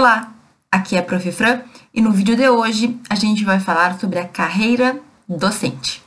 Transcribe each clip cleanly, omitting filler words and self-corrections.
Olá, aqui é a Prof. Fran e no vídeo de hoje a gente vai falar sobre a carreira docente.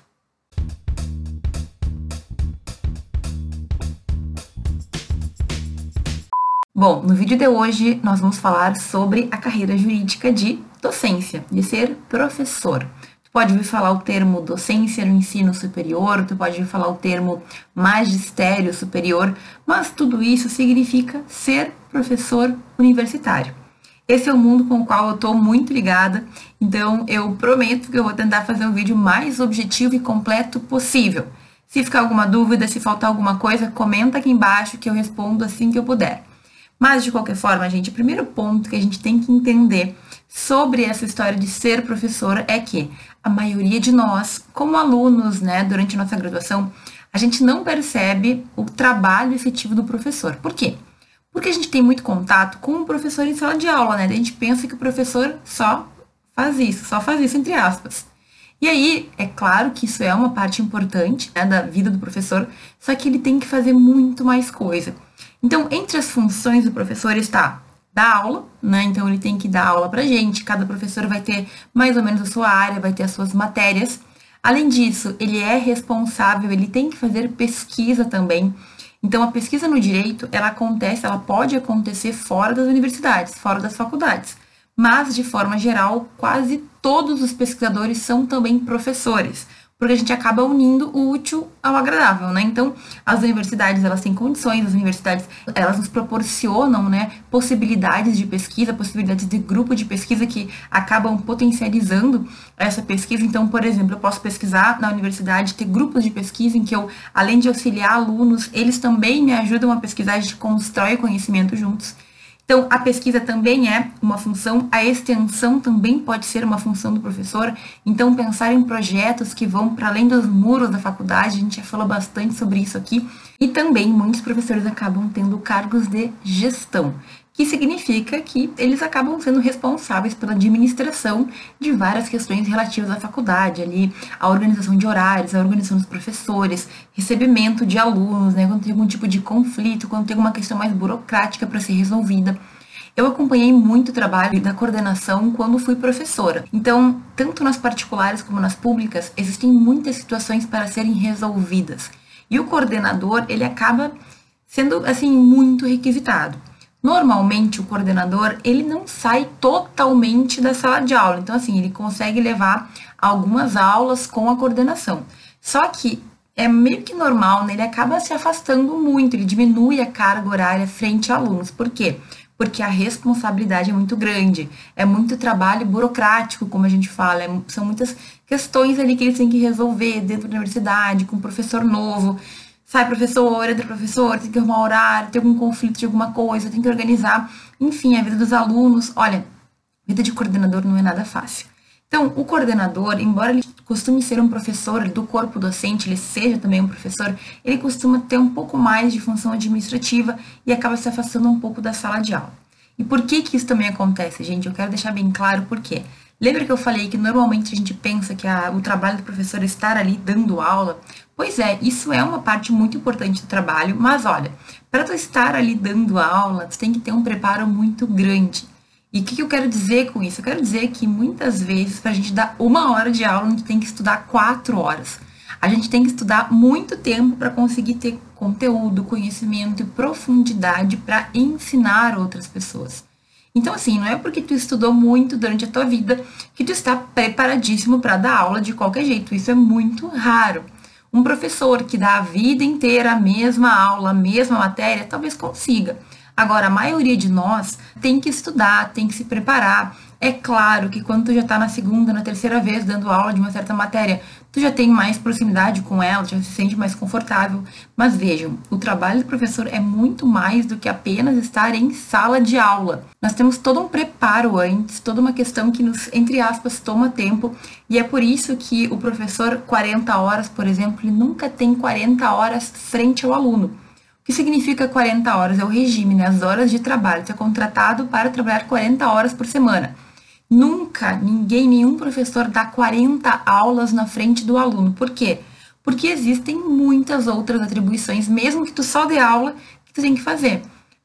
Bom, no vídeo de hoje nós vamos falar sobre a carreira jurídica de docência, de ser professor. Tu pode ouvir falar o termo docência no ensino superior, tu pode ouvir falar o termo magistério superior, mas tudo isso significa ser professor universitário. Esse é o mundo com o qual eu estou muito ligada, então eu prometo que eu vou tentar fazer um vídeo mais objetivo e completo possível. Se ficar alguma dúvida, se faltar alguma coisa, comenta aqui embaixo que eu respondo assim que eu puder. Mas, de qualquer forma, gente, o primeiro ponto que a gente tem que entender sobre essa história de ser professora é que a maioria de nós, como alunos, né, durante a nossa graduação, a gente não percebe o trabalho efetivo do professor. Por quê? Porque a gente tem muito contato com o professor em sala de aula, né? A gente pensa que o professor só faz isso, entre aspas. E aí, é claro que isso é uma parte importante, né, da vida do professor, só que ele tem que fazer muito mais coisa. Então, entre as funções do professor está dar aula, né? Então, ele tem que dar aula pra gente, cada professor vai ter mais ou menos a sua área, vai ter as suas matérias. Além disso, ele é responsável, ele tem que fazer pesquisa também. Então, a pesquisa no direito, ela pode acontecer fora das universidades, fora das faculdades. Mas, de forma geral, quase todos os pesquisadores são também professores, porque a gente acaba unindo o útil ao agradável, né? Então, as universidades, elas têm condições, as universidades, elas nos proporcionam, né, possibilidades de pesquisa, possibilidades de grupo de pesquisa que acabam potencializando essa pesquisa. Então, por exemplo, eu posso pesquisar na universidade, ter grupos de pesquisa em que eu, além de auxiliar alunos, eles também me ajudam a pesquisar, a gente constrói conhecimento juntos. Então, a pesquisa também é uma função, a extensão também pode ser uma função do professor. Então, pensar em projetos que vão para além dos muros da faculdade, a gente já falou bastante sobre isso aqui. E também, muitos professores acabam tendo cargos de gestão, que significa que eles acabam sendo responsáveis pela administração de várias questões relativas à faculdade, ali, a organização de horários, a organização dos professores, recebimento de alunos, né, quando tem algum tipo de conflito, quando tem alguma questão mais burocrática para ser resolvida. Eu acompanhei muito o trabalho da coordenação quando fui professora. Então, tanto nas particulares como nas públicas, existem muitas situações para serem resolvidas. E o coordenador, ele acaba sendo, assim, muito requisitado. Normalmente, o coordenador, ele não sai totalmente da sala de aula. Então, assim, ele consegue levar algumas aulas com a coordenação. Só que é meio que normal, né? Ele acaba se afastando muito, ele diminui a carga horária frente a alunos. Por quê? Porque a responsabilidade é muito grande, é muito trabalho burocrático, como a gente fala, são muitas questões ali que eles têm que resolver dentro da universidade, com um professor novo. Sai professor, entra professor, tem que arrumar horário, tem algum conflito de alguma coisa, tem que organizar, enfim, a vida dos alunos. Olha, vida de coordenador não é nada fácil. Então, o coordenador, embora ele costume ser um professor do corpo docente, ele seja também um professor, ele costuma ter um pouco mais de função administrativa e acaba se afastando um pouco da sala de aula. E por que isso também acontece, gente? Eu quero deixar bem claro por quê. Lembra que eu falei que normalmente a gente pensa que o trabalho do professor é estar ali dando aula? Pois é, isso é uma parte muito importante do trabalho, mas olha, para tu estar ali dando aula, tu tem que ter um preparo muito grande. E o que eu quero dizer com isso? Eu quero dizer que muitas vezes, para a gente dar 1 hora de aula, a gente tem que estudar 4 horas. A gente tem que estudar muito tempo para conseguir ter conteúdo, conhecimento e profundidade para ensinar outras pessoas. Então, assim, não é porque tu estudou muito durante a tua vida que tu está preparadíssimo para dar aula de qualquer jeito. Isso é muito raro. Um professor que dá a vida inteira a mesma aula, a mesma matéria, talvez consiga. Agora, a maioria de nós tem que estudar, tem que se preparar. É claro que quando tu já está na segunda, na terceira vez dando aula de uma certa matéria, tu já tem mais proximidade com ela, já se sente mais confortável. Mas vejam, o trabalho do professor é muito mais do que apenas estar em sala de aula. Nós temos todo um preparo antes, toda uma questão que nos, entre aspas, toma tempo. E é por isso que o professor, 40 horas, por exemplo, ele nunca tem 40 horas frente ao aluno. O que significa 40 horas? É o regime, né? As horas de trabalho. Você é contratado para trabalhar 40 horas por semana. Nunca, nenhum professor dá 40 aulas na frente do aluno. Por quê? Porque existem muitas outras atribuições, mesmo que tu só dê aula, que tu tem que fazer.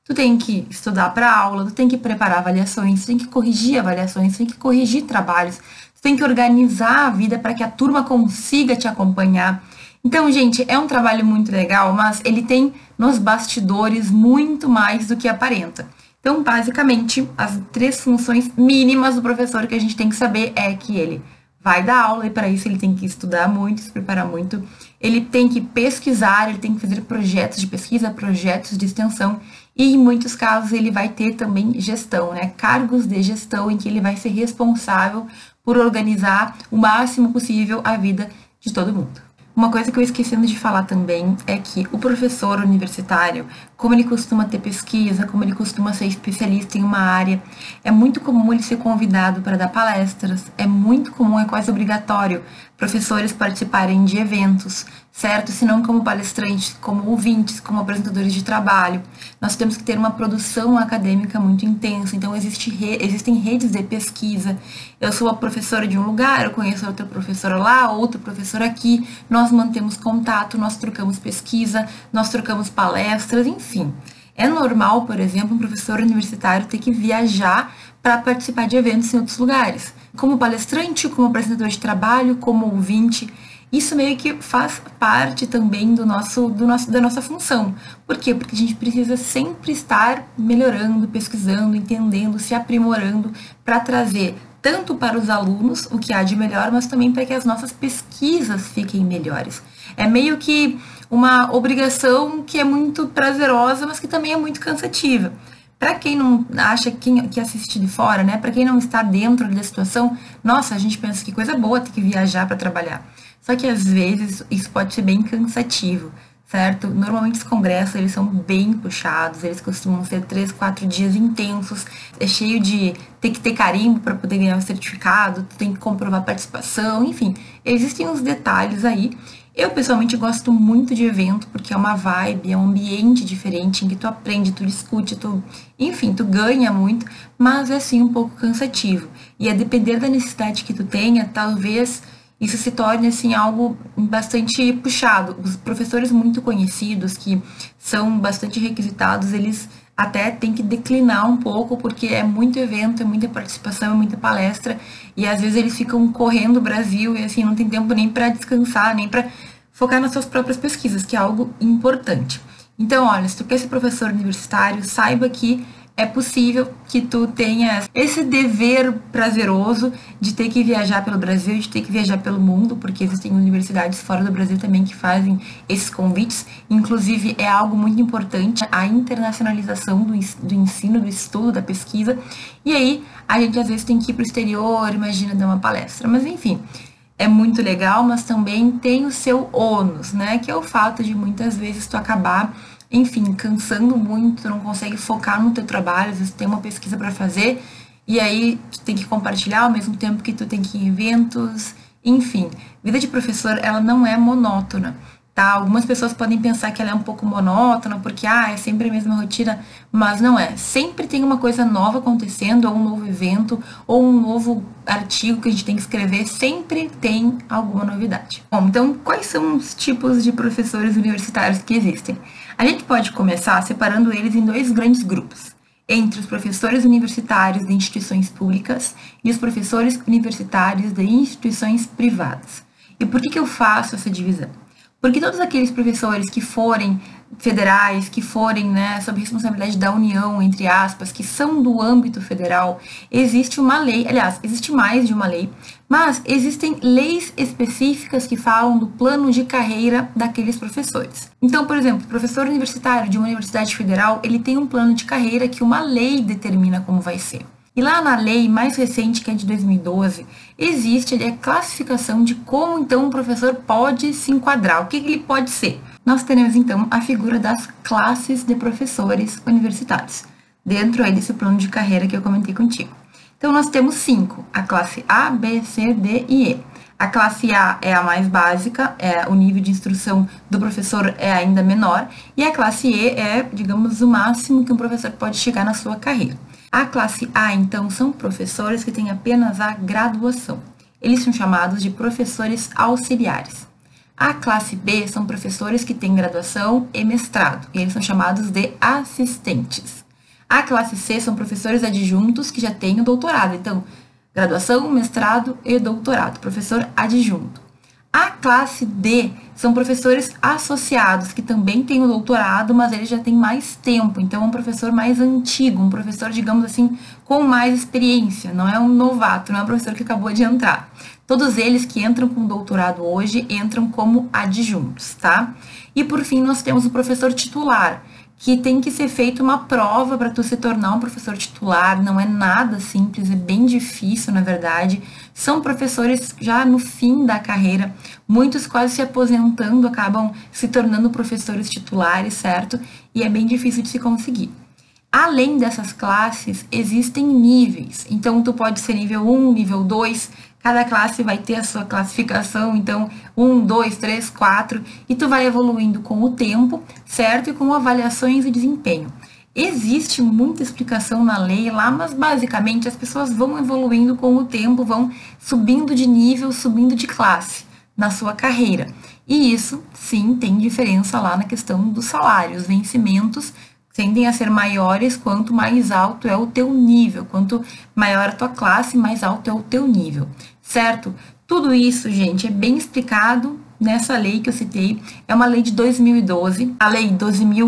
Tu tem que estudar para aula, tu tem que preparar avaliações, tu tem que corrigir avaliações, tu tem que corrigir trabalhos, tu tem que organizar a vida para que a turma consiga te acompanhar. Então, gente, é um trabalho muito legal, mas ele tem nos bastidores muito mais do que aparenta. Então, basicamente, as 3 funções mínimas do professor que a gente tem que saber é que ele vai dar aula e para isso ele tem que estudar muito, se preparar muito. Ele tem que pesquisar, ele tem que fazer projetos de pesquisa, projetos de extensão e em muitos casos ele vai ter também gestão, né? Cargos de gestão em que ele vai ser responsável por organizar o máximo possível a vida de todo mundo. Uma coisa que eu esquecendo de falar também é que o professor universitário, como ele costuma ter pesquisa, como ele costuma ser especialista em uma área, é muito comum ele ser convidado para dar palestras, é muito comum, é quase obrigatório professores participarem de eventos, certo? Se não como palestrantes, como ouvintes, como apresentadores de trabalho. Nós temos que ter uma produção acadêmica muito intensa, então existem redes de pesquisa. Eu sou a professora de um lugar, eu conheço outra professora lá, outro professor aqui, nós mantemos contato, nós trocamos pesquisa, nós trocamos palestras, enfim. É normal, por exemplo, um professor universitário ter que viajar para participar de eventos em outros lugares, como palestrante, como apresentador de trabalho, como ouvinte. Isso meio que faz parte também da nossa função. Por quê? Porque a gente precisa sempre estar melhorando, pesquisando, entendendo, se aprimorando para trazer tanto para os alunos o que há de melhor, mas também para que as nossas pesquisas fiquem melhores. É meio que uma obrigação que é muito prazerosa, mas que também é muito cansativa. Para quem não acha que assiste de fora, né? Para quem não está dentro da situação, nossa, a gente pensa que coisa boa ter que viajar para trabalhar. Só que às vezes isso pode ser bem cansativo, certo? Normalmente os congressos eles são bem puxados, eles costumam ser 3, 4 dias intensos, é cheio de ter que ter carimbo para poder ganhar o certificado, tem que comprovar participação, enfim, existem uns detalhes aí. Eu, pessoalmente, gosto muito de evento, porque é uma vibe, é um ambiente diferente, em que tu aprende, tu discute, enfim, tu ganha muito, mas é, sim, um pouco cansativo. E a depender da necessidade que tu tenha, talvez isso se torne, assim, algo bastante puxado. Os professores muito conhecidos, que são bastante requisitados, eles até têm que declinar um pouco, porque é muito evento, é muita participação, é muita palestra, e às vezes eles ficam correndo o Brasil e assim não tem tempo nem para descansar, nem para focar nas suas próprias pesquisas, que é algo importante. Então, olha, se tu quer ser professor universitário, saiba que é possível que tu tenha esse dever prazeroso de ter que viajar pelo Brasil, de ter que viajar pelo mundo, porque existem universidades fora do Brasil também que fazem esses convites. Inclusive, é algo muito importante a internacionalização do ensino, do estudo, da pesquisa. E aí, a gente às vezes tem que ir para o exterior, imagina dar uma palestra. Mas, enfim, é muito legal, mas também tem o seu ônus, né? Que é o fato de muitas vezes tu acabar enfim, cansando muito, tu não consegue focar no teu trabalho, às vezes tem uma pesquisa para fazer, e aí tu tem que compartilhar ao mesmo tempo que tu tem que ir em eventos, enfim. Vida de professor, ela não é monótona, tá? Algumas pessoas podem pensar que ela é um pouco monótona, porque, é sempre a mesma rotina, mas não é. Sempre tem uma coisa nova acontecendo, ou um novo evento, ou um novo artigo que a gente tem que escrever, sempre tem alguma novidade. Bom, então, quais são os tipos de professores universitários que existem? A gente pode começar separando eles em 2 grandes grupos, entre os professores universitários de instituições públicas e os professores universitários de instituições privadas. E por que eu faço essa divisão? Porque todos aqueles professores que forem federais, que forem, né, sob responsabilidade da União, entre aspas, que são do âmbito federal, existe uma lei, aliás, existe mais de uma lei, mas existem leis específicas que falam do plano de carreira daqueles professores. Então, por exemplo, o professor universitário de uma universidade federal, ele tem um plano de carreira que uma lei determina como vai ser. E lá na lei mais recente, que é de 2012, existe ali a classificação de como então um professor pode se enquadrar, o que ele pode ser. Nós teremos então a figura das classes de professores universitários, dentro aí desse plano de carreira que eu comentei contigo. Então nós temos 5, a classe A, B, C, D e E. A classe A é a mais básica, o nível de instrução do professor é ainda menor, e a classe E é, digamos, o máximo que um professor pode chegar na sua carreira. A classe A, então, são professores que têm apenas a graduação. Eles são chamados de professores auxiliares. A classe B são professores que têm graduação e mestrado, e eles são chamados de assistentes. A classe C são professores adjuntos que já têm o doutorado, então, graduação, mestrado e doutorado, professor adjunto. A classe D são professores associados, que também têm o doutorado, mas eles já têm mais tempo, então é um professor mais antigo, um professor, digamos assim, com mais experiência, não é um novato, não é um professor que acabou de entrar. Todos eles que entram com doutorado hoje entram como adjuntos, tá? E por fim, nós temos o professor titular, que tem que ser feita uma prova para tu se tornar um professor titular, não é nada simples, é bem difícil, na verdade. São professores já no fim da carreira, muitos quase se aposentando, acabam se tornando professores titulares, certo? E é bem difícil de se conseguir. Além dessas classes, existem níveis. Então, tu pode ser nível 1, nível 2, cada classe vai ter a sua classificação, então 1, 2, 3, 4, e tu vai evoluindo com o tempo, certo? E com avaliações de desempenho. Existe muita explicação na lei lá, mas basicamente as pessoas vão evoluindo com o tempo, vão subindo de nível, subindo de classe na sua carreira. E isso, sim, tem diferença lá na questão do salário, os vencimentos tendem a ser maiores quanto mais alto é o teu nível, quanto maior a tua classe, mais alto é o teu nível, certo? Tudo isso, gente, é bem explicado nessa lei que eu citei, é uma lei de 2012, a lei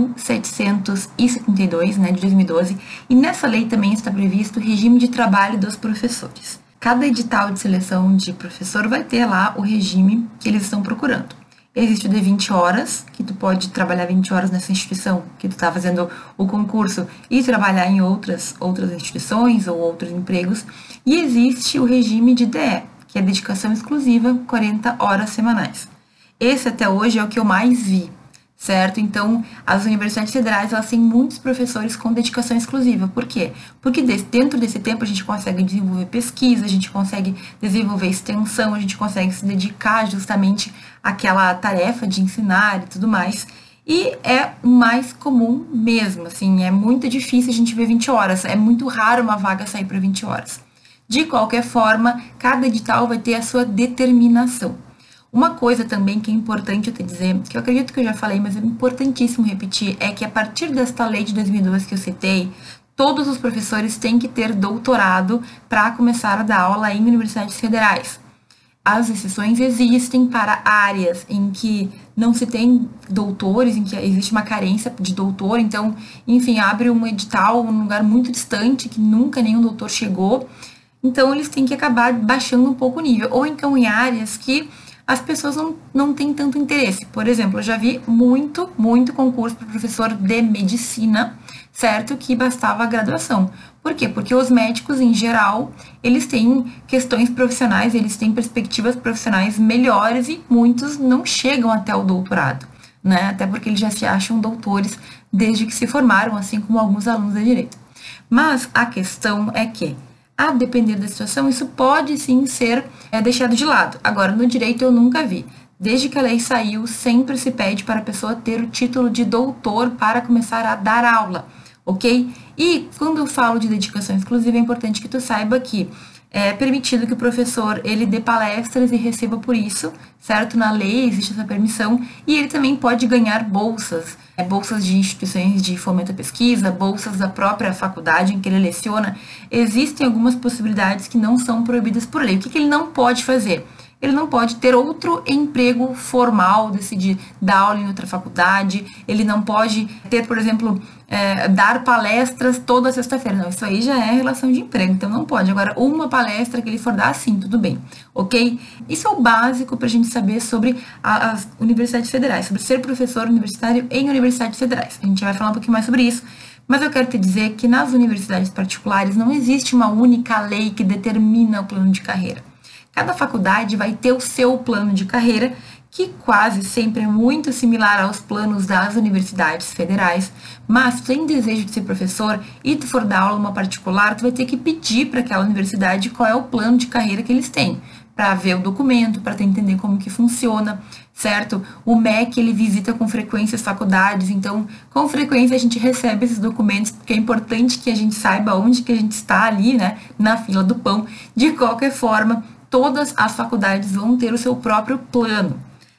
12.772, né, de 2012, e nessa lei também está previsto o regime de trabalho dos professores. Cada edital de seleção de professor vai ter lá o regime que eles estão procurando. Existe o de 20 horas, que tu pode trabalhar 20 horas nessa instituição que tu está fazendo o concurso e trabalhar em outras instituições ou outros empregos. E existe o regime de DE, que é dedicação exclusiva, 40 horas semanais. Esse até hoje é o que eu mais vi, certo? Então, as universidades federais, elas têm muitos professores com dedicação exclusiva. Por quê? Porque dentro desse tempo a gente consegue desenvolver pesquisa, a gente consegue desenvolver extensão, a gente consegue se dedicar justamente àquela tarefa de ensinar e tudo mais. E é o mais comum mesmo, assim, é muito difícil a gente ver 20 horas, é muito raro uma vaga sair para 20 horas. De qualquer forma, cada edital vai ter a sua determinação. Uma coisa também que é importante eu te dizer, que eu acredito que eu já falei, mas é importantíssimo repetir, é que a partir desta lei de 2002 que eu citei, todos os professores têm que ter doutorado para começar a dar aula em universidades federais. As exceções existem para áreas em que não se tem doutores, em que existe uma carência de doutor, então, enfim, abre um edital num lugar muito distante, que nunca nenhum doutor chegou, então eles têm que acabar baixando um pouco o nível, ou então em áreas que as pessoas não têm tanto interesse. Por exemplo, eu já vi muito concurso para professor de medicina, certo? Que bastava a graduação. Por quê? Porque os médicos, em geral, eles têm questões profissionais, eles têm perspectivas profissionais melhores e muitos não chegam até o doutorado, né? Até porque eles já se acham doutores desde que se formaram, assim como alguns alunos de direito. Mas a questão é que, a depender da situação, isso pode sim ser deixado de lado. Agora, no direito eu nunca vi. Desde que a lei saiu, sempre se pede para a pessoa ter o título de doutor para começar a dar aula, ok? E quando eu falo de dedicação exclusiva, é importante que tu saiba que é permitido que o professor ele dê palestras e receba por isso, certo? Na lei existe essa permissão e ele também pode ganhar bolsas, bolsas de instituições de fomento à pesquisa, bolsas da própria faculdade em que ele leciona. Existem algumas possibilidades que não são proibidas por lei. O que ele não pode fazer? Ele não pode ter outro emprego formal, decidir dar aula em outra faculdade, ele não pode ter, por exemplo, dar palestras toda sexta-feira. Não, isso aí já é relação de emprego, então não pode. Agora, uma palestra que ele for dar, sim, tudo bem, ok? Isso é o básico para a gente saber sobre as universidades federais, sobre ser professor universitário em universidades federais. A gente vai falar um pouquinho mais sobre isso, mas eu quero te dizer que nas universidades particulares não existe uma única lei que determina o plano de carreira. Cada faculdade vai ter o seu plano de carreira, que quase sempre é muito similar aos planos das universidades federais, mas se tu tem desejo de ser professor e tu for dar aula em uma particular, tu vai ter que pedir para aquela universidade qual é o plano de carreira que eles têm, para ver o documento, para entender como que funciona, certo? O MEC, ele visita com frequência as faculdades, então, com frequência a gente recebe esses documentos, porque é importante que a gente saiba onde que a gente está ali, né, na fila do pão. De qualquer forma, todas as faculdades vão ter o seu próprio plano.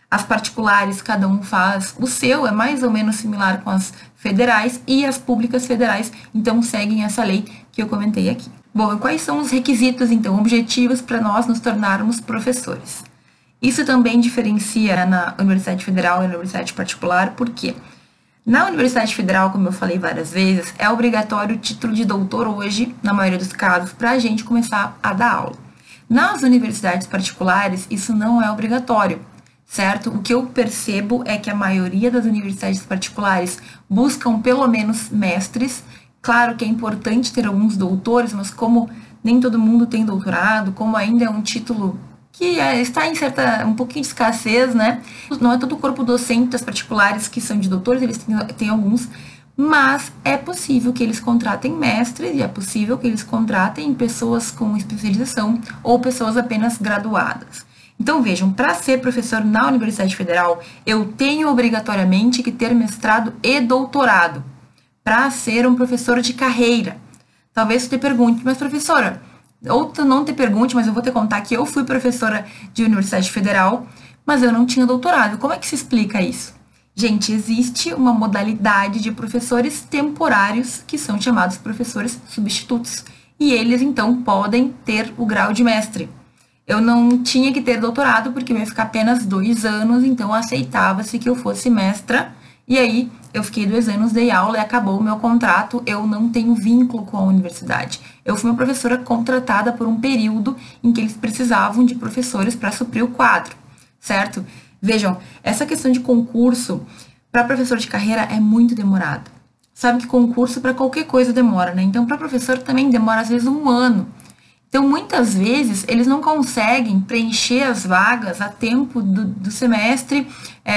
As particulares, cada um faz o seu, é mais ou menos similar com as federais, e as públicas federais, então, seguem essa lei que eu comentei aqui. Bom, e quais são os requisitos, então, objetivos para nós nos tornarmos professores? Isso também diferencia na Universidade Federal e na Universidade Particular, por quê? Na Universidade Federal, como eu falei várias vezes, é obrigatório o título de doutor hoje, na maioria dos casos, para a gente começar a dar aula. Nas universidades particulares, isso não é obrigatório, certo? O que eu percebo é que a maioria das universidades particulares buscam pelo menos mestres. Claro que é importante ter alguns doutores, mas como nem todo mundo tem doutorado, como ainda é um título que está em um pouquinho de escassez, né? Não é todo o corpo docente das particulares que são de doutores, eles têm alguns, mas é possível que eles contratem mestres e é possível que eles contratem pessoas com especialização ou pessoas apenas graduadas. Então, vejam, para ser professor na Universidade Federal, eu tenho obrigatoriamente que ter mestrado e doutorado para ser um professor de carreira. Talvez você te pergunte, mas professora, ou tu não te pergunte, mas eu vou te contar que eu fui professora de Universidade Federal, mas eu não tinha doutorado. Como é que se explica isso? Gente, existe uma modalidade de professores temporários que são chamados professores substitutos. E eles, então, podem ter o grau de mestre. Eu não tinha que ter doutorado, porque eu ia ficar apenas 2 anos, então aceitava-se que eu fosse mestra. E aí, eu fiquei 2 anos, dei aula e acabou o meu contrato. Eu não tenho vínculo com a universidade. Eu fui uma professora contratada por um período em que eles precisavam de professores para suprir o quadro, certo? Vejam, essa questão de concurso para professor de carreira é muito demorado. Sabe que concurso para qualquer coisa demora, né? Então, para professor também demora, às vezes, 1 ano. Então, muitas vezes, eles não conseguem preencher as vagas a tempo do semestre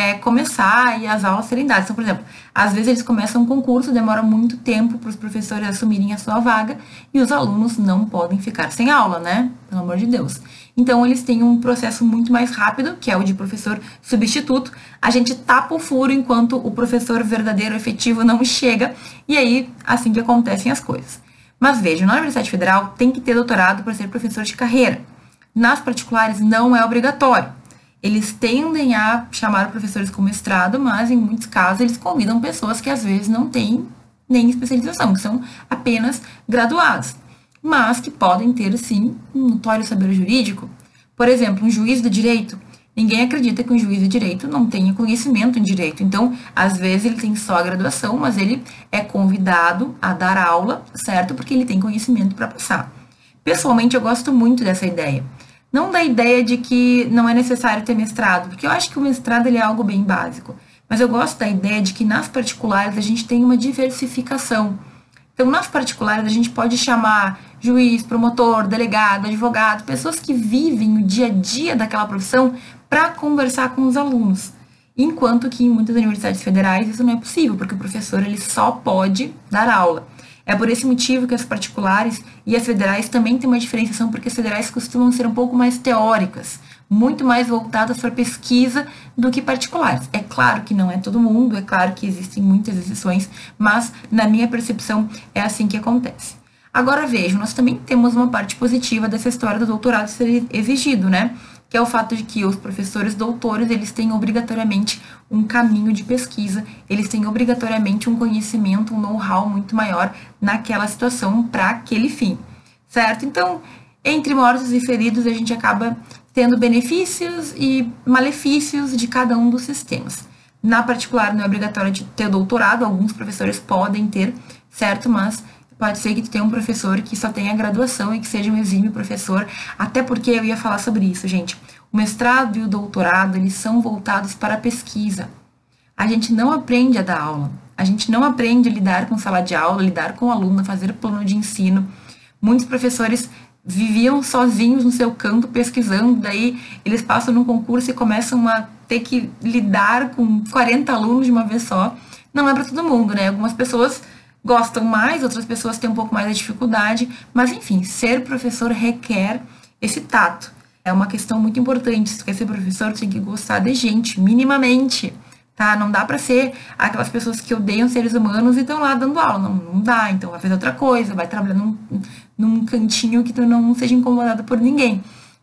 começar e as aulas serem dadas. Então, por exemplo, às vezes eles começam um concurso, demora muito tempo para os professores assumirem a sua vaga e os alunos não podem ficar sem aula, né? Pelo amor de Deus. Então, eles têm um processo muito mais rápido, que é o de professor substituto. A gente tapa o furo enquanto o professor verdadeiro, efetivo, não chega. E aí, assim que acontecem as coisas. Mas vejam, na Universidade Federal tem que ter doutorado para ser professor de carreira. Nas particulares não é obrigatório. Eles tendem a chamar professores com mestrado, mas em muitos casos eles convidam pessoas que às vezes não têm nem especialização, que são apenas graduados, mas que podem ter sim um notório saber jurídico. Por exemplo, um juiz de direito. Ninguém acredita que um juiz de direito não tenha conhecimento em direito. Então, às vezes, ele tem só a graduação, mas ele é convidado a dar aula, certo? Porque ele tem conhecimento para passar. Pessoalmente, eu gosto muito dessa ideia. Não da ideia de que não é necessário ter mestrado, porque eu acho que o mestrado ele é algo bem básico. Mas eu gosto da ideia de que nas particulares a gente tem uma diversificação. Então, nas particulares, a gente pode chamar juiz, promotor, delegado, advogado, pessoas que vivem o dia a dia daquela profissão para conversar com os alunos. Enquanto que em muitas universidades federais isso não é possível, porque o professor ele só pode dar aula. É por esse motivo que as particulares e as federais também têm uma diferenciação, porque as federais costumam ser um pouco mais teóricas, muito mais voltadas para pesquisa do que particulares. É claro que não é todo mundo, é claro que existem muitas exceções, mas na minha percepção é assim que acontece. Agora vejam, nós também temos uma parte positiva dessa história do doutorado ser exigido, né? Que é o fato de que os professores doutores, eles têm obrigatoriamente um caminho de pesquisa, eles têm obrigatoriamente um conhecimento, um know-how muito maior naquela situação para aquele fim, certo? Então, entre mortos e feridos, a gente acaba tendo benefícios e malefícios de cada um dos sistemas. Na particular, não é obrigatório de ter doutorado, alguns professores podem ter, certo? Mas pode ser que tu tenha um professor que só tenha graduação e que seja um exímio professor, até porque eu ia falar sobre isso, gente. O mestrado e o doutorado, eles são voltados para a pesquisa. A gente não aprende a dar aula. A gente não aprende a lidar com sala de aula, lidar com o aluno, fazer plano de ensino. Muitos professores viviam sozinhos no seu campo pesquisando, daí eles passam num concurso e começam a ter que lidar com 40 alunos de uma vez só. Não é para todo mundo, né? Algumas pessoas gostam mais, outras pessoas têm um pouco mais de dificuldade, mas enfim, ser professor requer esse tato. É uma questão muito importante. Se tu quer ser professor, tu tem que gostar de gente, minimamente, tá? Não dá pra ser aquelas pessoas que odeiam seres humanos e estão lá dando aula. Não dá, então vai fazer outra coisa, vai trabalhar num cantinho que tu não seja incomodado por ninguém.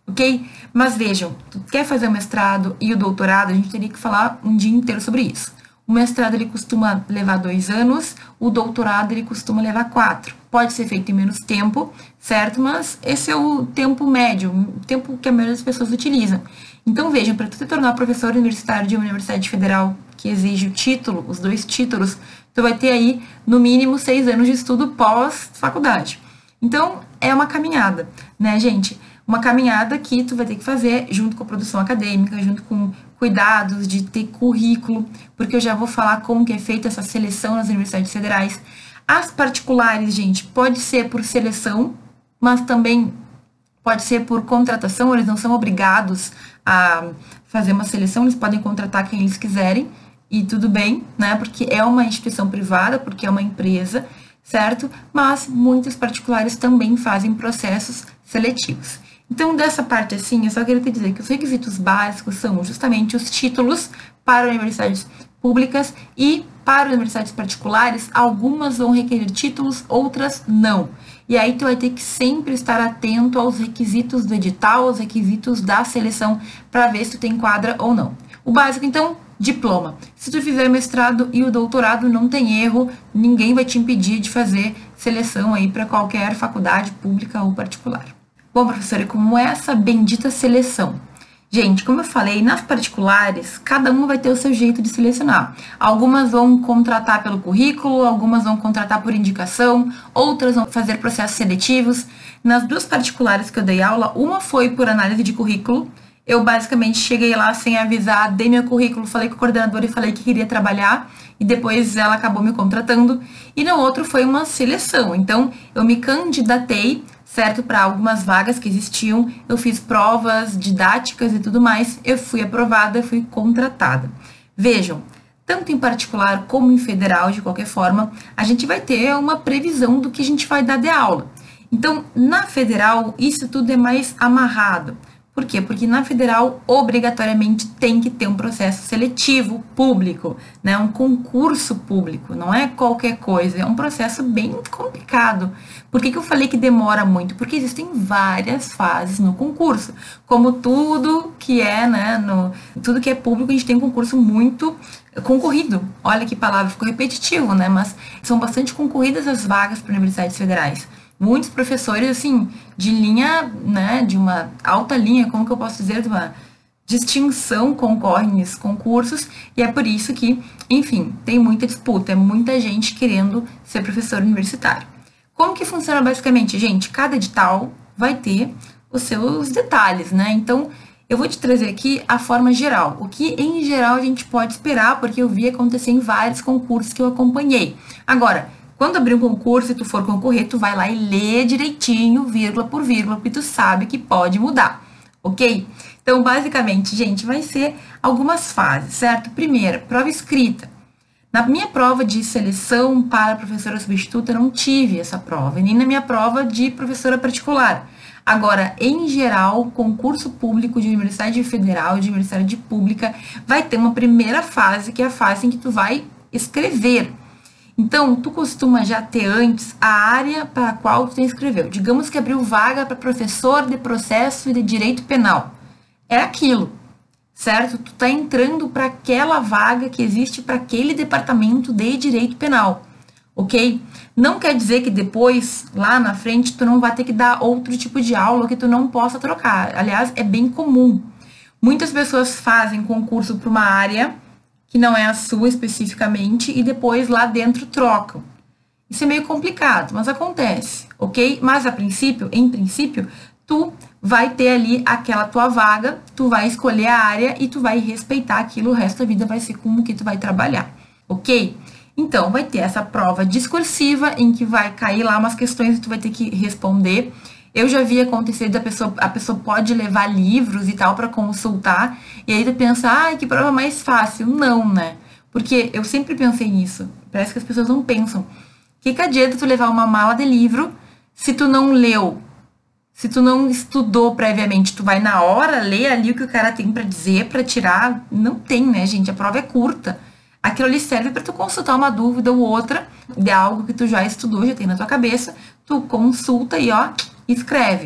ok? Mas vejam, tu quer fazer o mestrado e o doutorado, a gente teria que falar um dia inteiro sobre isso. O mestrado, ele costuma levar 2 anos, o doutorado, ele costuma levar 4. Pode ser feito em menos tempo, certo? Mas esse é o tempo médio, o tempo que a maioria das pessoas utilizam. Então, vejam, para tu te tornar professor universitário de uma universidade federal que exige o título, os 2 títulos, tu vai ter aí, no mínimo, 6 anos de estudo pós-faculdade. Então, é uma caminhada, né, gente? Uma caminhada que tu vai ter que fazer junto com a produção acadêmica, junto com cuidados de ter currículo, porque eu já vou falar como que é feita essa seleção nas universidades federais. As particulares, gente, pode ser por seleção, mas também pode ser por contratação, eles não são obrigados a fazer uma seleção, eles podem contratar quem eles quiserem, e tudo bem, né? Porque é uma instituição privada, porque é uma empresa, certo? Mas muitos particulares também fazem processos seletivos. Então, dessa parte assim, eu só queria te dizer que os requisitos básicos são justamente os títulos para universidades públicas e para universidades particulares, algumas vão requerer títulos, outras não. E aí tu vai ter que sempre estar atento aos requisitos do edital, aos requisitos da seleção, para ver se tu tem quadra ou não. O básico, então, diploma. Se tu fizer mestrado e o doutorado, não tem erro, ninguém vai te impedir de fazer seleção aí para qualquer faculdade pública ou particular. Bom, professora, como é essa bendita seleção? Gente, como eu falei, nas particulares, cada uma vai ter o seu jeito de selecionar. Algumas vão contratar pelo currículo, algumas vão contratar por indicação, outras vão fazer processos seletivos. Nas 2 particulares que eu dei aula, uma foi por análise de currículo. Eu basicamente cheguei lá sem avisar, dei meu currículo, falei com o coordenador e falei que queria trabalhar, e depois ela acabou me contratando. E no outro foi uma seleção, então eu me candidatei, certo, para algumas vagas que existiam, eu fiz provas didáticas e tudo mais, eu fui aprovada, fui contratada. Vejam, tanto em particular como em federal, de qualquer forma, a gente vai ter uma previsão do que a gente vai dar de aula. Então, na federal, isso tudo é mais amarrado. Por quê? Porque na federal, obrigatoriamente, tem que ter um processo seletivo público, né? Um concurso público, não é qualquer coisa, é um processo bem complicado. Por que eu falei que demora muito? Porque existem várias fases no concurso. Como tudo que é, né, tudo que é público, a gente tem um concurso muito concorrido. Olha que palavra, ficou repetitivo, né? Mas são bastante concorridas as vagas para universidades federais. Muitos professores, assim, de linha, né, de uma alta linha, como que eu posso dizer, de uma distinção concorrem nesses concursos, e é por isso que, enfim, tem muita disputa, é muita gente querendo ser professor universitário. Como que funciona basicamente, gente? Cada edital vai ter os seus detalhes, né? Então, eu vou te trazer aqui a forma geral, o que em geral a gente pode esperar, porque eu vi acontecer em vários concursos que eu acompanhei. Agora, quando abrir um concurso e tu for concorrer, tu vai lá e lê direitinho, vírgula por vírgula, porque tu sabe que pode mudar, ok? Então, basicamente, gente, vai ser algumas fases, certo? Primeira, prova escrita. Na minha prova de seleção para professora substituta, eu não tive essa prova, e nem na minha prova de professora particular. Agora, em geral, concurso público de universidade federal, de universidade pública, vai ter uma primeira fase, que é a fase em que tu vai escrever. Então, tu costuma já ter antes a área para a qual tu te inscreveu. Digamos que abriu vaga para professor de processo e de direito penal. É aquilo, certo? Tu tá entrando para aquela vaga que existe para aquele departamento de direito penal, ok? Não quer dizer que depois, lá na frente, tu não vai ter que dar outro tipo de aula que tu não possa trocar. Aliás, é bem comum. Muitas pessoas fazem concurso para uma área que não é a sua especificamente, e depois lá dentro trocam. Isso é meio complicado, mas acontece, ok? Mas em princípio, tu vai ter ali aquela tua vaga, tu vai escolher a área e tu vai respeitar aquilo, o resto da vida vai ser com o que tu vai trabalhar, ok? Então, vai ter essa prova discursiva, em que vai cair lá umas questões e tu vai ter que responder. Eu já vi acontecer a pessoa pode levar livros e tal para consultar, e aí tu pensa, ai, que prova mais fácil. Não, né? Porque eu sempre pensei nisso. Parece que as pessoas não pensam. Que adianta tu levar uma mala de livro se tu não leu? Se tu não estudou previamente, tu vai na hora ler ali o que o cara tem para dizer, para tirar? Não tem, né, gente? A prova é curta. Aquilo ali serve para tu consultar uma dúvida ou outra de algo que tu já estudou, já tem na tua cabeça. Tu consulta e, ó, escreve.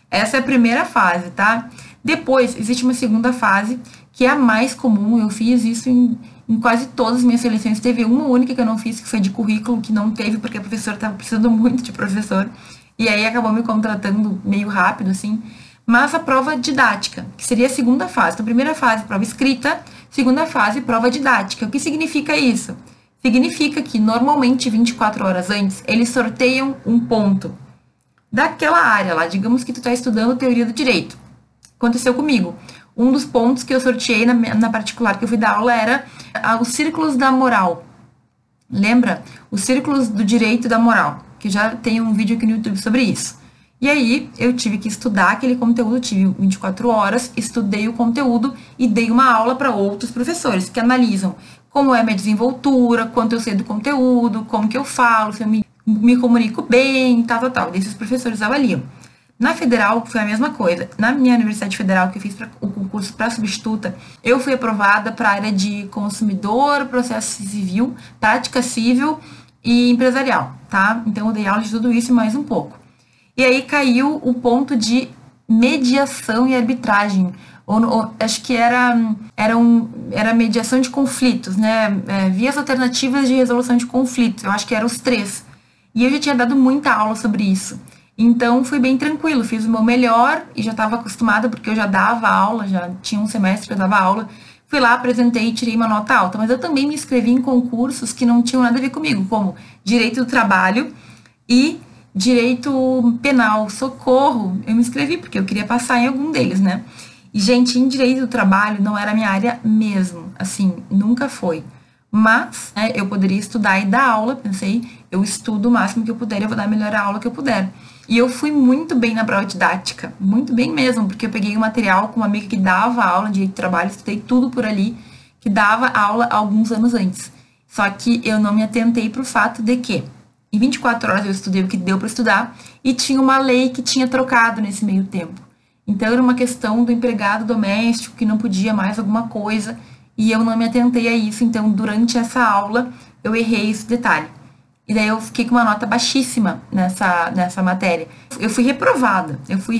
Essa é a primeira fase, tá? Depois, existe uma segunda fase, que é a mais comum. Eu fiz isso em quase todas as minhas seleções. Teve uma única que eu não fiz, que foi de currículo, que não teve, porque a professora estava precisando muito de professor. E aí acabou me contratando meio rápido, assim. Mas a prova didática, que seria a segunda fase. Então, primeira fase, prova escrita. Segunda fase, prova didática. O que significa isso? Significa que, normalmente, 24 horas antes, eles sorteiam um ponto daquela área lá. Digamos que tu está estudando teoria do direito. Aconteceu comigo. Um dos pontos que eu sorteei na particular que eu fui dar aula era os círculos da moral. Lembra? Os círculos do direito e da moral, que já tem um vídeo aqui no YouTube sobre isso. E aí, eu tive que estudar aquele conteúdo, tive 24 horas, estudei o conteúdo e dei uma aula para outros professores que analisam como é a minha desenvoltura, quanto eu sei do conteúdo, como que eu falo, se eu me comunico bem, tal. Desses professores avaliam. Na federal, foi a mesma coisa. Na minha universidade federal, que eu fiz o concurso para substituta, eu fui aprovada para a área de consumidor, processo civil, prática civil e empresarial, tá? Então, eu dei aula de tudo isso e mais um pouco. E aí caiu o ponto de mediação e arbitragem. Acho que era mediação de conflitos, né? Vias alternativas de resolução de conflitos. Eu acho que eram os 3. E eu já tinha dado muita aula sobre isso. Então, foi bem tranquilo. Fiz o meu melhor e já estava acostumada, porque eu já dava aula, já tinha um semestre que eu dava aula. Fui lá, apresentei e tirei uma nota alta. Mas eu também me inscrevi em concursos que não tinham nada a ver comigo, como Direito do Trabalho e Direito Penal. Socorro! Eu me inscrevi porque eu queria passar em algum deles, né? E, gente, em Direito do Trabalho não era minha área mesmo. Assim, nunca foi. Mas, né, eu poderia estudar e dar aula. Pensei, eu estudo o máximo que eu puder, eu vou dar a melhor aula que eu puder. E eu fui muito bem na prova didática, muito bem mesmo, porque eu peguei o material com uma amiga que dava aula de direito do trabalho, estudei tudo por ali, que dava aula alguns anos antes. Só que eu não me atentei para o fato de que em 24 horas eu estudei o que deu para estudar e tinha uma lei que tinha trocado nesse meio tempo. Então era uma questão do empregado doméstico que não podia mais alguma coisa e eu não me atentei a isso. Então, durante essa aula, eu errei esse detalhe. E daí eu fiquei com uma nota baixíssima nessa matéria. Eu fui reprovada,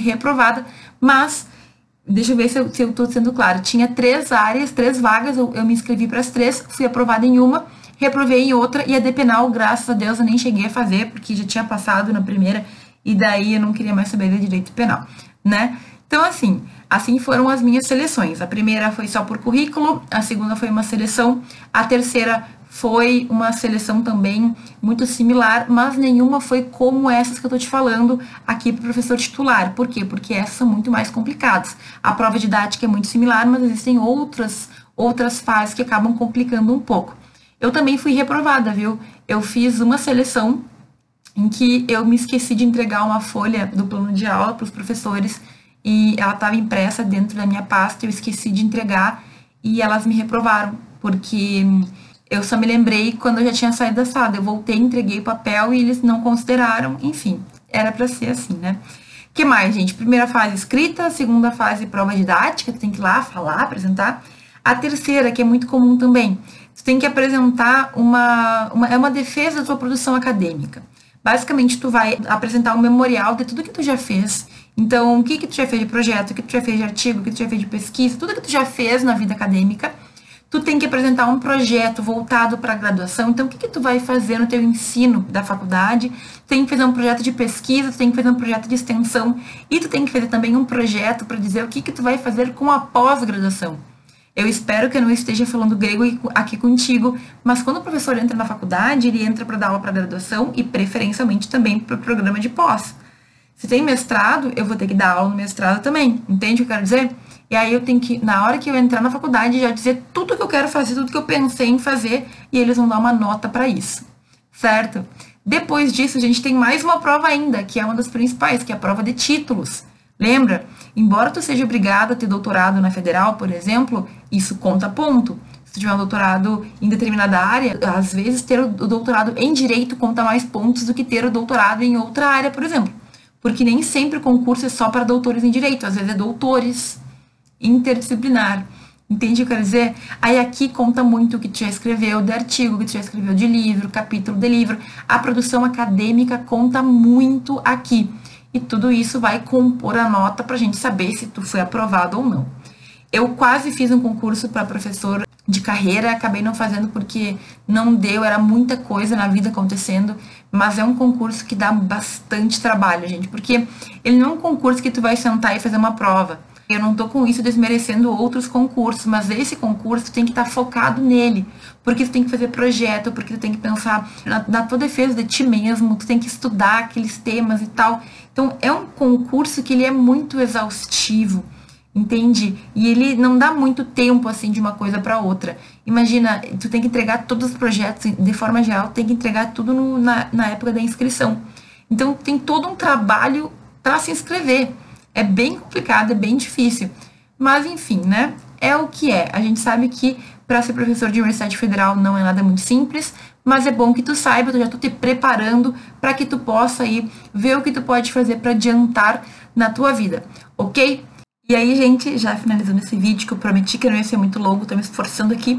mas deixa eu ver se eu tô sendo clara. Tinha 3 áreas, 3 vagas, eu me inscrevi para as 3, fui aprovada em uma, reprovei em outra, e a de penal, graças a Deus, eu nem cheguei a fazer, porque já tinha passado na primeira, e daí eu não queria mais saber de direito penal, né? Então, assim foram as minhas seleções. A primeira foi só por currículo, a segunda foi uma seleção, a terceira foi uma seleção também muito similar, mas nenhuma foi como essas que eu tô te falando aqui para o professor titular. Por quê? Porque essas são muito mais complicadas. A prova didática é muito similar, mas existem outras fases que acabam complicando um pouco. Eu também fui reprovada, viu? Eu fiz uma seleção em que eu me esqueci de entregar uma folha do plano de aula para os professores e ela estava impressa dentro da minha pasta, eu esqueci de entregar e elas me reprovaram, porque eu só me lembrei quando eu já tinha saído da sala. Eu voltei, entreguei o papel e eles não consideraram. Enfim, era para ser assim, né? O que mais, gente? Primeira fase, escrita. Segunda fase, prova didática. Tu tem que ir lá falar, apresentar. A terceira, que é muito comum também. Tu tem que apresentar uma defesa da tua produção acadêmica. Basicamente, tu vai apresentar um memorial de tudo que tu já fez. Então, o que tu já fez de projeto, o que tu já fez de artigo, o que tu já fez de pesquisa, tudo que tu já fez na vida acadêmica. Tu tem que apresentar um projeto voltado para a graduação. Então, o que tu vai fazer no teu ensino da faculdade? Tu tem que fazer um projeto de pesquisa, tu tem que fazer um projeto de extensão e tu tem que fazer também um projeto para dizer o que tu vai fazer com a pós-graduação. Eu espero que eu não esteja falando grego aqui contigo, mas quando o professor entra na faculdade, ele entra para dar aula para graduação e preferencialmente também para o programa de pós. Se tem mestrado, eu vou ter que dar aula no mestrado também. Entende o que eu quero dizer? E aí eu tenho que, na hora que eu entrar na faculdade, já dizer tudo que eu quero fazer, tudo que eu pensei em fazer, e eles vão dar uma nota para isso, certo? Depois disso, a gente tem mais uma prova ainda, que é uma das principais, que é a prova de títulos. Lembra? Embora tu seja obrigado a ter doutorado na federal, por exemplo, isso conta ponto. Se tu tiver um doutorado em determinada área, às vezes ter o doutorado em direito conta mais pontos do que ter o doutorado em outra área, por exemplo. Porque nem sempre o concurso é só para doutores em direito, às vezes é doutores interdisciplinar. Entende o que eu quero dizer? Aí aqui conta muito o que tu já escreveu de artigo, o que tu já escreveu de livro, capítulo de livro. A produção acadêmica conta muito aqui. e tudo isso vai compor a nota para a gente saber se tu foi aprovado ou não. Eu quase fiz um concurso para professor de carreira, acabei não fazendo porque não deu, era muita coisa na vida acontecendo, mas é um concurso que dá bastante trabalho, gente, porque ele não é um concurso que tu vai sentar e fazer uma prova. Eu não tô com isso desmerecendo outros concursos, mas esse concurso tem que estar focado nele, porque tu tem que fazer projeto, porque tu tem que pensar na tua defesa de ti mesmo, tu tem que estudar aqueles temas e tal. Então, é um concurso que ele é muito exaustivo, entende? E ele não dá muito tempo, assim, de uma coisa para outra. Imagina, tu tem que entregar todos os projetos, de forma geral, tem que entregar tudo na época da inscrição. Então, tem todo um trabalho para se inscrever. É bem complicado, é bem difícil. Mas, enfim, né? É o que é. A gente sabe que para ser professor de universidade federal não é nada muito simples, mas é bom que tu saiba, eu já tô te preparando para que tu possa aí ver o que tu pode fazer para adiantar na tua vida, ok? E aí, gente, já finalizando esse vídeo, que eu prometi que não ia ser muito longo, tô me esforçando aqui,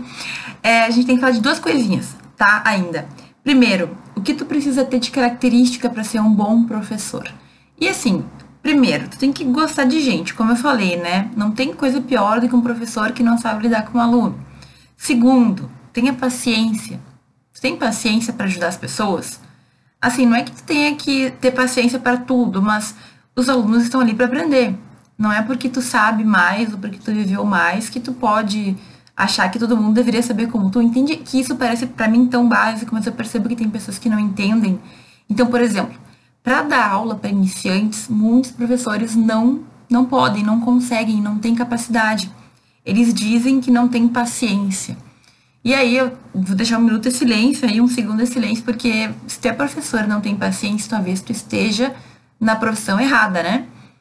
a gente tem que falar de duas coisinhas, tá? Ainda. Primeiro, o que tu precisa ter de característica para ser um bom professor? E assim, primeiro, tu tem que gostar de gente, como eu falei, né? Não tem coisa pior do que um professor que não sabe lidar com um aluno. Segundo, tenha paciência. Tu tem paciência para ajudar as pessoas? Assim, não é que tu tenha que ter paciência para tudo, mas os alunos estão ali para aprender. Não é porque tu sabe mais ou porque tu viveu mais que tu pode achar que todo mundo deveria saber como tu. Entende que isso parece para mim tão básico, mas eu percebo que tem pessoas que não entendem. Então, por exemplo, para dar aula para iniciantes, muitos professores não podem, não conseguem, não têm capacidade. Eles dizem que não têm paciência. E aí eu vou deixar um minuto de silêncio, aí um segundo de silêncio, porque se tu é professor e não tem paciência, talvez tu esteja na profissão errada, né?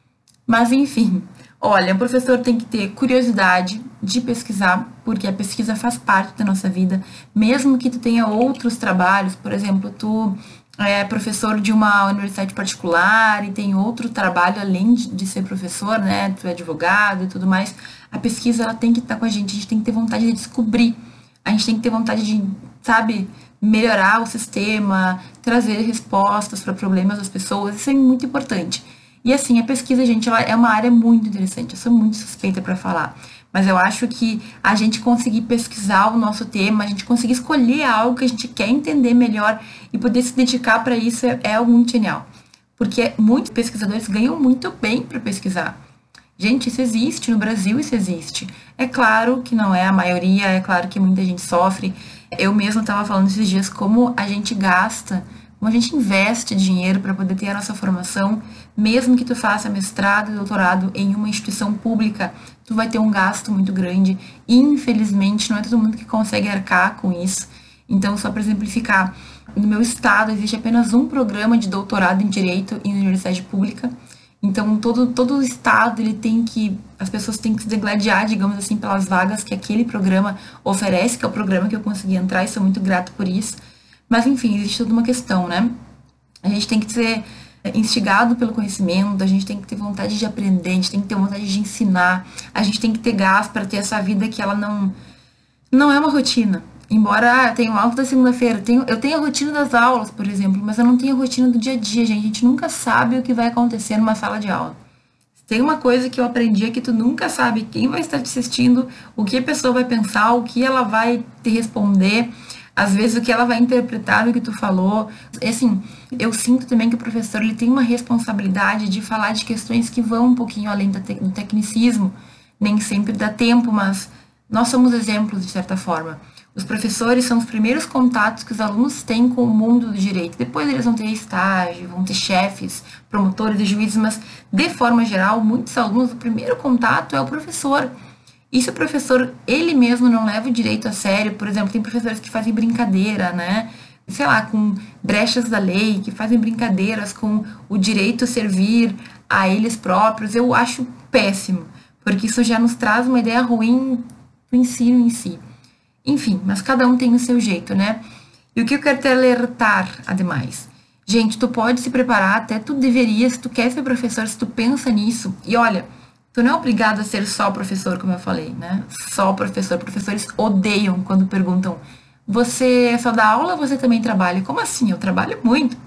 Mas enfim, olha, o professor tem que ter curiosidade de pesquisar, porque a pesquisa faz parte da nossa vida, mesmo que tu tenha outros trabalhos, por exemplo, tu é professor de uma universidade particular e tem outro trabalho além de ser professor, né? Tu é advogado e tudo mais. A pesquisa, ela tem que estar com a gente tem que ter vontade de descobrir, a gente tem que ter vontade de, sabe, melhorar o sistema, trazer respostas para problemas das pessoas, isso é muito importante. E assim, a pesquisa, gente, ela é uma área muito interessante. Eu sou muito suspeita para falar. Mas eu acho que a gente conseguir pesquisar o nosso tema, a gente conseguir escolher algo que a gente quer entender melhor e poder se dedicar para isso é algo muito genial. Porque muitos pesquisadores ganham muito bem para pesquisar. Gente, isso existe, no Brasil isso existe. É claro que não é a maioria, é claro que muita gente sofre. Eu mesma estava falando esses dias como a gente gasta, como a gente investe dinheiro para poder ter a nossa formação, mesmo que tu faça mestrado e doutorado em uma instituição pública, tu vai ter um gasto muito grande. Infelizmente, não é todo mundo que consegue arcar com isso. Então, só para exemplificar, no meu estado existe apenas um programa de doutorado em Direito em universidade pública. Então, todo o estado, as pessoas têm que se degladiar, digamos assim, pelas vagas que aquele programa oferece, que é o programa que eu consegui entrar, e sou muito grato por isso. Mas, enfim, existe toda uma questão, né? A gente tem que ser instigado pelo conhecimento, a gente tem que ter vontade de aprender, a gente tem que ter vontade de ensinar, a gente tem que ter gás para ter essa vida que ela não é uma rotina. Embora eu tenha aula da segunda-feira, eu tenho a rotina das aulas, por exemplo, mas eu não tenho a rotina do dia a dia, gente. A gente nunca sabe o que vai acontecer numa sala de aula. Tem uma coisa que eu aprendi é que tu nunca sabe quem vai estar te assistindo, o que a pessoa vai pensar, o que ela vai te responder, às vezes o que ela vai interpretar do que tu falou. Assim, eu sinto também que o professor ele tem uma responsabilidade de falar de questões que vão um pouquinho além do tecnicismo. Nem sempre dá tempo, mas nós somos exemplos de certa forma. Os professores são os primeiros contatos que os alunos têm com o mundo do direito. Depois eles vão ter estágio, vão ter chefes, promotores e juízes, mas de forma geral, muitos alunos, o primeiro contato é o professor. E se o professor, ele mesmo não leva o direito a sério, por exemplo, tem professores que fazem brincadeira, né? Sei lá, com brechas da lei, que fazem brincadeiras com o direito servir a eles próprios, eu acho péssimo, porque isso já nos traz uma ideia ruim do ensino em si. Enfim, mas cada um tem o seu jeito, né? E o que eu quero te alertar, ademais? Gente, tu pode se preparar, até tu deveria, se tu quer ser professor, se tu pensa nisso. E olha, tu não é obrigado a ser só professor, como eu falei, né? Só professor. Professores odeiam quando perguntam, você só dá aula ou você também trabalha? Como assim? Eu trabalho muito.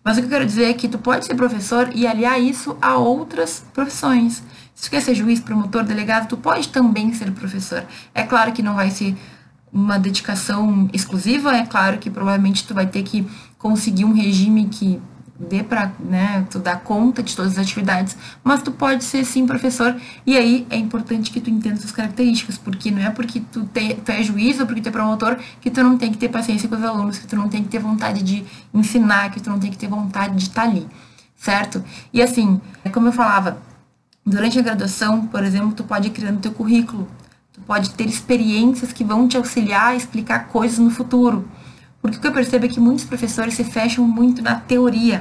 Mas o que eu quero dizer é que tu pode ser professor e aliar isso a outras profissões. Se tu quer ser juiz, promotor, delegado, tu pode também ser professor. É claro que não vai ser uma dedicação exclusiva, é claro que provavelmente tu vai ter que conseguir um regime que dê para, né, tu dar conta de todas as atividades, mas tu pode ser sim professor, e aí é importante que tu entenda suas características, porque não é porque tu é juiz ou porque tu é promotor que tu não tem que ter paciência com os alunos, que tu não tem que ter vontade de ensinar, que tu não tem que ter vontade de estar ali, certo? E assim, como eu falava, durante a graduação, por exemplo, tu pode ir criando teu currículo, tu pode ter experiências que vão te auxiliar a explicar coisas no futuro. Porque o que eu percebo é que muitos professores se fecham muito na teoria.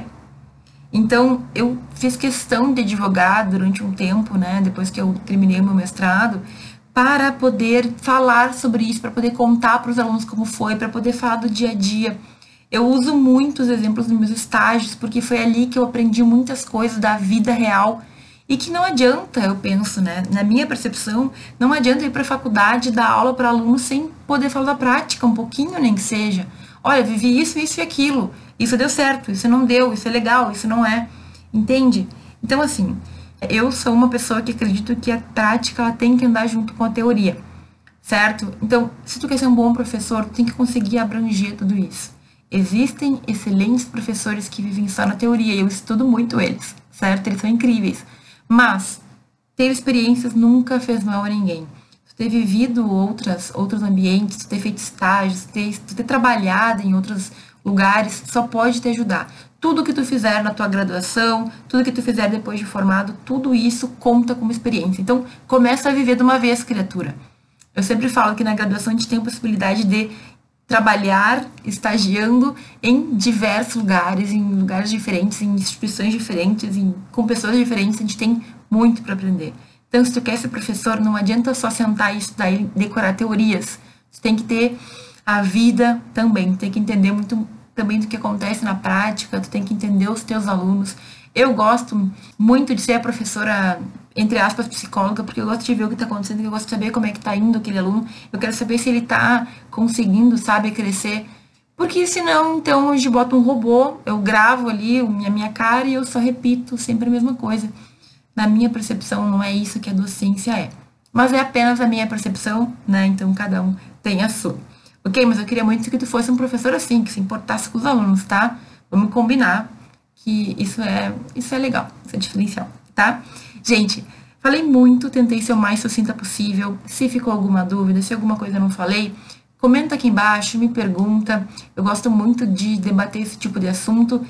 Então, eu fiz questão de advogar durante um tempo, né, depois que eu terminei o meu mestrado, para poder falar sobre isso, para poder contar para os alunos como foi, para poder falar do dia a dia. Eu uso muitos exemplos nos meus estágios, porque foi ali que eu aprendi muitas coisas da vida real e que não adianta, eu penso, né? Na minha percepção, não adianta ir para a faculdade dar aula para alunos sem poder falar da prática, um pouquinho nem que seja. Olha, vivi isso, isso e aquilo. Isso deu certo, isso não deu, isso é legal, isso não é. Entende? Então, assim, eu sou uma pessoa que acredito que a prática ela tem que andar junto com a teoria, certo? Então, se tu quer ser um bom professor, tu tem que conseguir abranger tudo isso. Existem excelentes professores que vivem só na teoria, e eu estudo muito eles, certo? Eles são incríveis. Mas ter experiências nunca fez mal a ninguém. Tu ter vivido outros ambientes, tu ter feito estágios, tu ter trabalhado em outros lugares, só pode te ajudar. Tudo que tu fizer na tua graduação, tudo que tu fizer depois de formado, tudo isso conta como experiência. Então, começa a viver de uma vez, criatura. Eu sempre falo que na graduação a gente tem a possibilidade de trabalhar estagiando em diversos lugares, em lugares diferentes, em instituições diferentes, com pessoas diferentes, a gente tem muito para aprender. Então, se tu quer ser professor, não adianta só sentar e estudar e decorar teorias. Tu tem que ter a vida também, tem que entender muito também do que acontece na prática, tu tem que entender os teus alunos. Eu gosto muito de ser a professora, entre aspas, psicóloga, porque eu gosto de ver o que está acontecendo, eu gosto de saber como é que está indo aquele aluno, eu quero saber se ele está conseguindo, sabe, crescer. Porque senão, então, eu boto um robô, eu gravo ali a minha cara e eu só repito sempre a mesma coisa. Na minha percepção, não é isso que a docência é. Mas é apenas a minha percepção, né? Então, cada um tem a sua. Ok? Mas eu queria muito que tu fosse um professor assim, que se importasse com os alunos, tá? Vamos combinar que isso é legal, isso é diferencial, tá? Gente, falei muito, tentei ser o mais sucinta possível. Se ficou alguma dúvida, se alguma coisa eu não falei, comenta aqui embaixo, me pergunta. Eu gosto muito de debater esse tipo de assunto.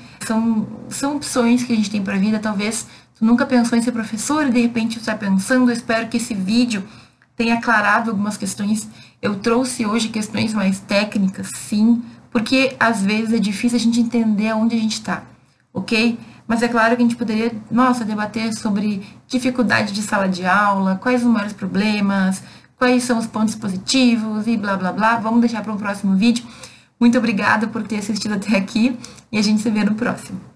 São opções que a gente tem para a vida. Talvez tu nunca pensou em ser professor e de repente tu está pensando. Eu espero que esse vídeo tenha aclarado algumas questões. Eu trouxe hoje questões mais técnicas, sim, porque às vezes é difícil a gente entender aonde a gente está, ok? Mas é claro que a gente poderia, debater sobre dificuldade de sala de aula, quais os maiores problemas, quais são os pontos positivos e blá, blá, blá. Vamos deixar para um próximo vídeo. Muito obrigada por ter assistido até aqui e a gente se vê no próximo.